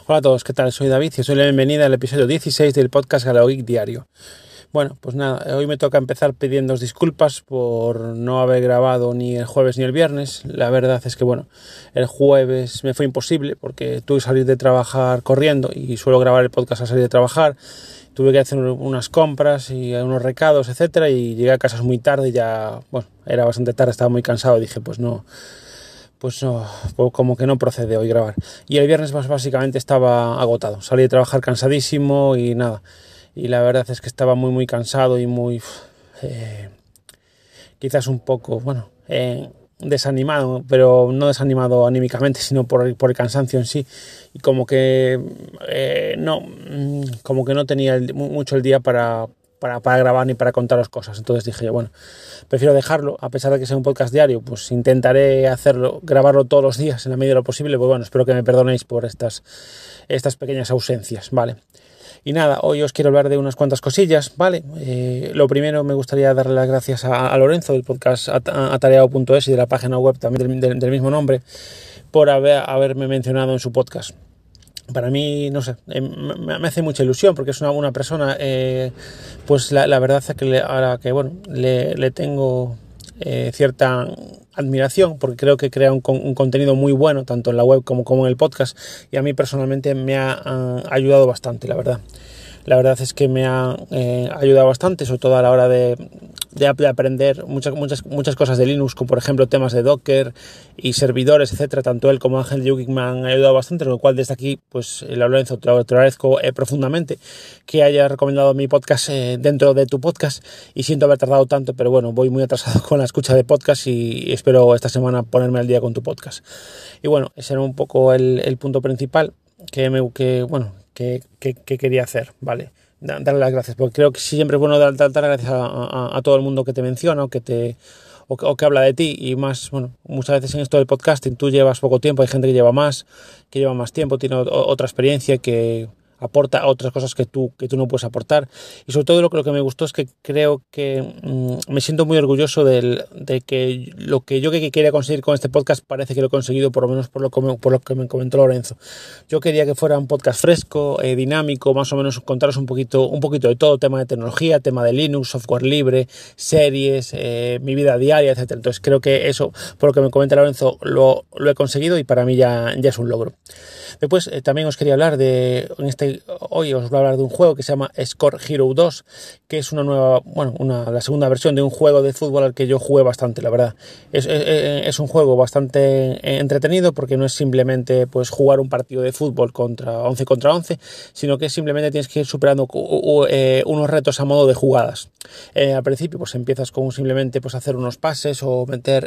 Hola a todos, ¿qué tal? Soy David y os doy la bienvenida al episodio 16 del podcast GalaoGeek Diario. Bueno, pues nada, hoy me toca empezar pidiéndoos disculpas por no haber grabado ni el jueves ni el viernes. La verdad es que, el jueves me fue imposible porque tuve que salir de trabajar corriendo y suelo grabar el podcast al salir de trabajar. Tuve que hacer unas compras y unos recados, etcétera, y llegué a casa muy tarde y ya, era bastante tarde, estaba muy cansado. Dije, pues como que no procede hoy grabar. Y el viernes básicamente estaba agotado. Salí de trabajar cansadísimo y nada. Y la verdad es que estaba muy cansado y muy... quizás un poco, desanimado, pero no desanimado anímicamente, sino por el cansancio en sí. Y como que no tenía mucho el día para grabar ni para contaros cosas. Entonces dije, prefiero dejarlo, a pesar de que sea un podcast diario, pues intentaré grabarlo todos los días en la medida de lo posible. Espero que me perdonéis por estas pequeñas ausencias, ¿vale? Y nada, hoy os quiero hablar de unas cuantas cosillas, ¿vale? Lo primero, me gustaría darle las gracias a Lorenzo del podcast atareado.es y de la página web también del mismo nombre, por haberme mencionado en su podcast. Para mí, no sé, me hace mucha ilusión porque es una persona, la verdad es que le tengo cierta admiración porque creo que crea un contenido muy bueno tanto en la web como en el podcast, y a mí personalmente me ha ayudado bastante, la verdad. La verdad es que me ha ayudado bastante, sobre todo a la hora de aprender muchas cosas de Linux, como por ejemplo temas de Docker y servidores, etcétera. Tanto él como Ángel Yukic me han ayudado bastante, lo cual desde aquí, Lorenzo, te lo agradezco profundamente que hayas recomendado mi podcast dentro de tu podcast, y siento haber tardado tanto, pero voy muy atrasado con la escucha de podcast y espero esta semana ponerme al día con tu podcast. Y ese era un poco el punto principal que quería hacer, ¿vale? Darle las gracias, porque creo que siempre es bueno dar gracias a todo el mundo que te menciona o que habla de ti, y más, muchas veces en esto del podcasting tú llevas poco tiempo, hay gente que lleva más tiempo, tiene otra experiencia, que aporta otras cosas que tú no puedes aportar. Y sobre todo lo que me gustó es que creo que me siento muy orgulloso de que lo que yo quería conseguir con este podcast parece que lo he conseguido, por lo menos por lo que me comentó Lorenzo. Yo quería que fuera un podcast fresco, dinámico, más o menos contaros un poquito de todo, tema de tecnología, tema de Linux, software libre, series, mi vida diaria, etcétera. Entonces creo que eso, por lo que me comenta Lorenzo, lo he conseguido, y para mí ya es un logro. Después también os quería hablar hoy os voy a hablar de un juego que se llama Score Hero 2, que es la segunda versión de un juego de fútbol al que yo jugué bastante, la verdad. Es un juego bastante entretenido, porque no es simplemente jugar un partido de fútbol contra 11, sino que simplemente tienes que ir superando unos retos a modo de jugadas. Al principio empiezas con simplemente hacer unos pases o meter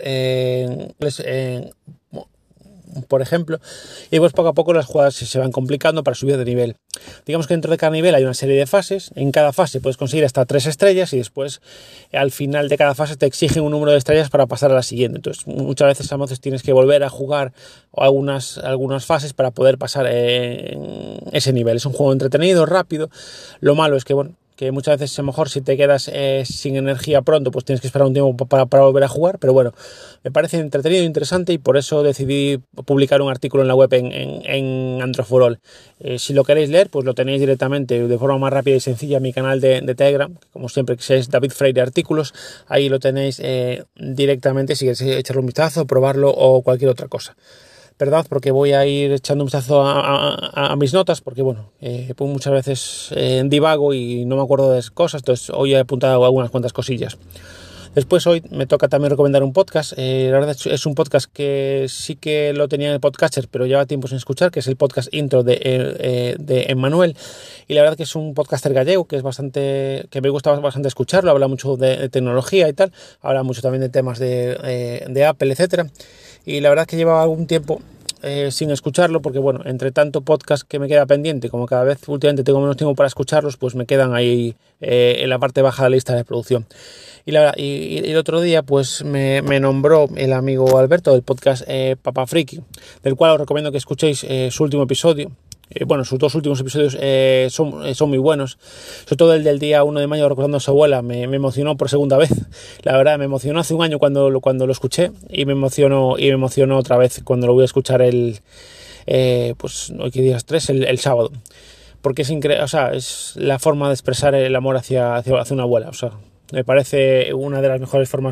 por ejemplo, y poco a poco las jugadas se van complicando para subir de nivel. Digamos que dentro de cada nivel hay una serie de fases. En cada fase puedes conseguir hasta 3 estrellas, y después al final de cada fase te exigen un número de estrellas para pasar a la siguiente. Entonces muchas veces tienes que volver a jugar algunas fases para poder pasar en ese nivel. Es un juego entretenido, rápido. Lo malo es que que muchas veces a lo mejor si te quedas sin energía pronto, pues tienes que esperar un tiempo para volver a jugar, pero me parece entretenido e interesante, y por eso decidí publicar un artículo en la web en Android for All. Si lo queréis leer, pues lo tenéis directamente de forma más rápida y sencilla en mi canal de Telegram, que como siempre que es David Freire Artículos. Ahí lo tenéis directamente si queréis echarle un vistazo, probarlo o cualquier otra cosa. Verdad, porque voy a ir echando un vistazo a mis notas, porque muchas veces divago y no me acuerdo de cosas, entonces hoy he apuntado algunas cuantas cosillas. Después hoy me toca también recomendar un podcast. La verdad es un podcast que sí que lo tenía en el Podcatcher, pero lleva tiempo sin escuchar, que es el podcast Intro de Emmanuel. Y la verdad que es un podcaster gallego que me gusta bastante escucharlo. Habla mucho de tecnología y tal, habla mucho también de temas de Apple, etcétera. Y la verdad que llevaba algún tiempo sin escucharlo, porque entre tanto podcast que me queda pendiente, como cada vez últimamente tengo menos tiempo para escucharlos, pues me quedan ahí en la parte baja de la lista de reproducción. Y el otro día me nombró el amigo Alberto del podcast Papa Friki, del cual os recomiendo que escuchéis su último episodio. Sus dos últimos episodios son muy buenos, sobre todo el del día 1 de mayo recordando a su abuela. Me emocionó por segunda vez. La verdad, me emocionó hace un año cuando lo escuché, y me emocionó otra vez cuando lo voy a escuchar pues hoy que día es 3, el sábado. Porque es la forma de expresar el amor hacia una abuela. O sea, me parece una de las mejores formas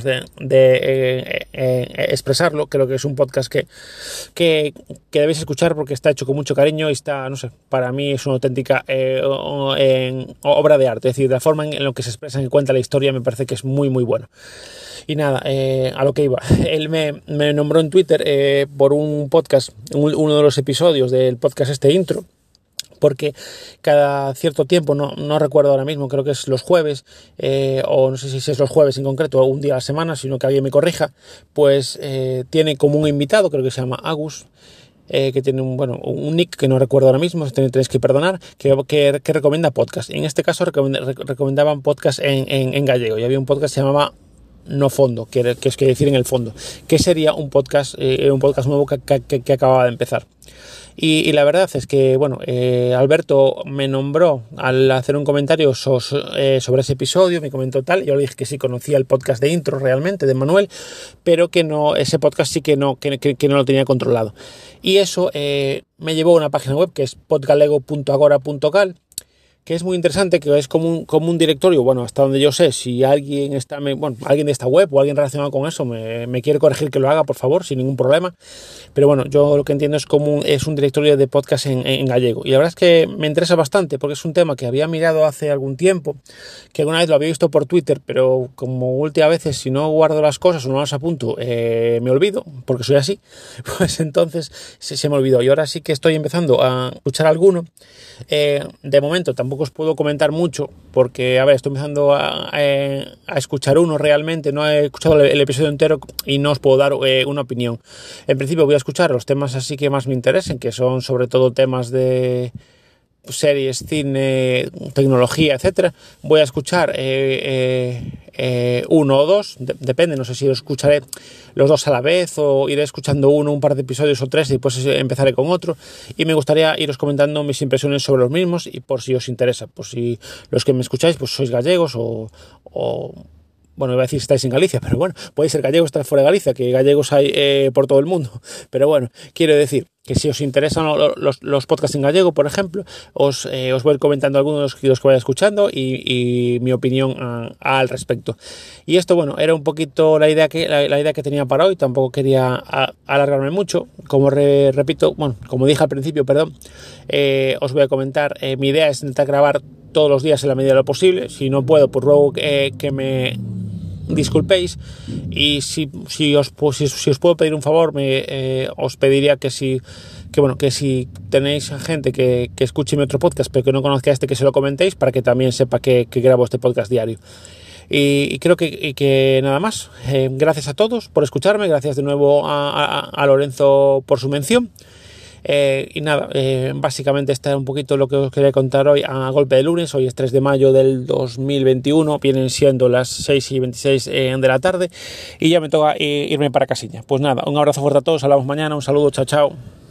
de expresarlo. Creo que es un podcast que debéis escuchar porque está hecho con mucho cariño y está, no sé, para mí es una auténtica obra de arte. Es decir, la forma en la que se expresa y cuenta la historia me parece que es muy, muy bueno. Y nada, a lo que iba. Él me nombró en Twitter por un podcast, uno de los episodios del podcast Intro, porque cada cierto tiempo, no recuerdo ahora mismo, creo que es los jueves, o no sé si es los jueves en concreto, o un día a la semana, sino que alguien me corrija, pues tiene como un invitado, creo que se llama Agus, que tiene un nick que no recuerdo ahora mismo, tenéis que perdonar, que recomienda podcast. En este caso recomendaban podcast en gallego, y había un podcast que se llamaba No Fondo, que es que decir en el fondo, que sería un podcast nuevo que acababa de empezar. Y la verdad es que, Alberto me nombró al hacer un comentario sobre ese episodio, me comentó tal, yo le dije que sí conocía el podcast de Intro realmente, de Manuel, pero que no, ese podcast sí que no lo tenía controlado. Y eso me llevó a una página web que es podgalego.agora.cal, que es muy interesante, que es como un directorio, hasta donde yo sé, si alguien alguien de esta web o alguien relacionado con eso me quiere corregir, que lo haga, por favor, sin ningún problema. Pero yo lo que entiendo es un directorio de podcast en gallego. Y la verdad es que me interesa bastante, porque es un tema que había mirado hace algún tiempo, que alguna vez lo había visto por Twitter, pero como últimas veces, si no guardo las cosas o no las apunto, me olvido, porque soy así, pues entonces se me olvidó. Y ahora sí que estoy empezando a escuchar alguno. De momento tampoco os puedo comentar mucho porque, estoy empezando a escuchar uno realmente, no he escuchado el episodio entero y no os puedo dar una opinión. En principio voy a escuchar los temas así que más me interesen, que son sobre todo temas de series, cine, tecnología, etcétera. Voy a escuchar uno o dos, depende, no sé si los escucharé los dos a la vez o iré escuchando un par de episodios o tres y después empezaré con otro, y me gustaría iros comentando mis impresiones sobre los mismos, y por si os interesa, por si los que me escucháis pues sois gallegos o iba a decir si estáis en Galicia, pero podéis ser gallegos, estar fuera de Galicia, que gallegos hay por todo el mundo, pero quiero decir que si os interesan los podcasts en gallego, por ejemplo, os voy a ir comentando algunos de los que vaya escuchando y mi opinión al respecto. Y esto, era un poquito la idea que tenía para hoy. Tampoco quería alargarme mucho. Como repito, como dije al principio, os voy a comentar. Mi idea es intentar grabar todos los días en la medida de lo posible. Si no puedo, pues ruego que me disculpéis, y si os puedo pedir un favor, os pediría que si tenéis gente que escuche mi otro podcast pero que no conozca que se lo comentéis, para que también sepa que grabo este podcast diario. Y creo que nada más. Gracias a todos por escucharme, gracias de nuevo a Lorenzo por su mención. Y nada, básicamente está un poquito lo que os quería contar hoy a golpe de lunes. Hoy es 3 de mayo del 2021, vienen siendo las 6:26 de la tarde, y ya me toca irme para casilla. Pues nada, un abrazo fuerte a todos, hablamos mañana, un saludo, chao.